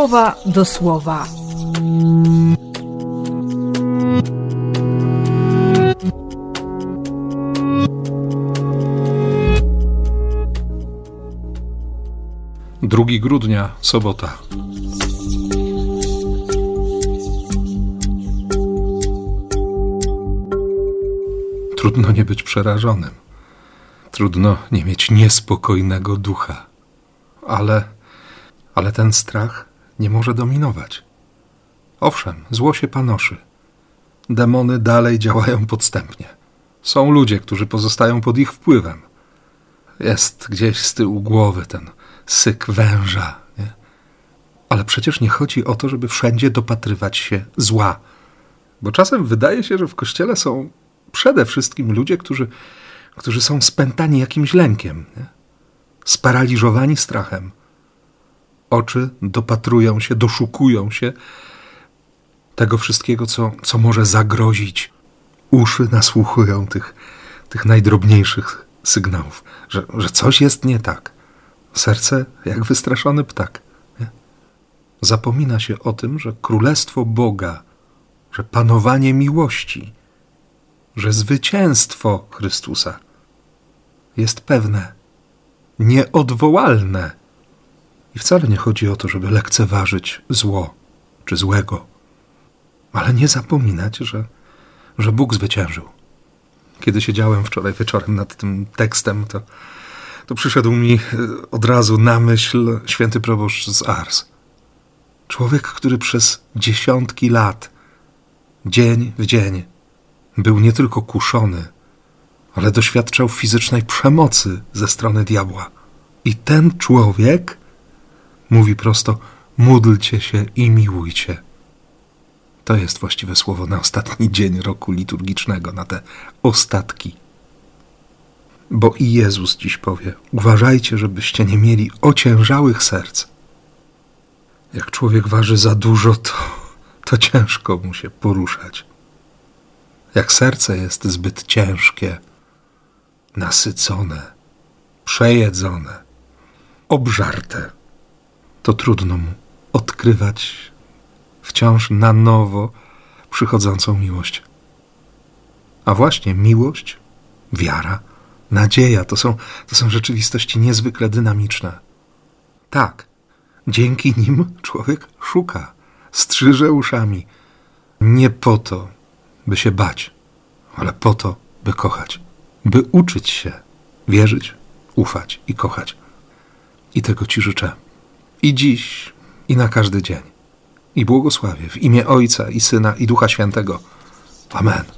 słowa do słowa. Drugi grudnia, sobota. Trudno nie być przerażonym. Trudno nie mieć niespokojnego ducha. Ale ten strach nie może dominować. Owszem, zło się panoszy. Demony dalej działają podstępnie. Są ludzie, którzy pozostają pod ich wpływem. Jest gdzieś z tyłu głowy ten syk węża, nie? Ale przecież nie chodzi o to, żeby wszędzie dopatrywać się zła. Bo czasem wydaje się, że w Kościele są przede wszystkim ludzie, którzy są spętani jakimś lękiem, nie? Sparaliżowani strachem. Oczy dopatrują się, doszukują się tego wszystkiego, co może zagrozić. Uszy nasłuchują tych najdrobniejszych sygnałów, że coś jest nie tak. Serce jak wystraszony ptak. Nie? Zapomina się o tym, że królestwo Boga, że panowanie miłości, że zwycięstwo Chrystusa jest pewne, nieodwołalne. I wcale nie chodzi o to, żeby lekceważyć zło czy złego, ale nie zapominać, że Bóg zwyciężył. Kiedy siedziałem wczoraj wieczorem nad tym tekstem, to przyszedł mi od razu na myśl święty proboszcz z Ars. Człowiek, który przez dziesiątki lat, dzień w dzień, był nie tylko kuszony, ale doświadczał fizycznej przemocy ze strony diabła. I ten człowiek mówi prosto: módlcie się i miłujcie. To jest właściwe słowo na ostatni dzień roku liturgicznego, na te ostatki. Bo i Jezus dziś powie: uważajcie, żebyście nie mieli ociężałych serc. Jak człowiek waży za dużo, to ciężko mu się poruszać. Jak serce jest zbyt ciężkie, nasycone, przejedzone, obżarte, to trudno mu odkrywać wciąż na nowo przychodzącą miłość. A właśnie miłość, wiara, nadzieja to są rzeczywistości niezwykle dynamiczne. Tak, dzięki nim człowiek szuka, strzyże uszami. Nie po to, by się bać, ale po to, by kochać, by uczyć się wierzyć, ufać i kochać. I tego Ci życzę. I dziś, i na każdy dzień. I błogosławię w imię Ojca i Syna i Ducha Świętego. Amen.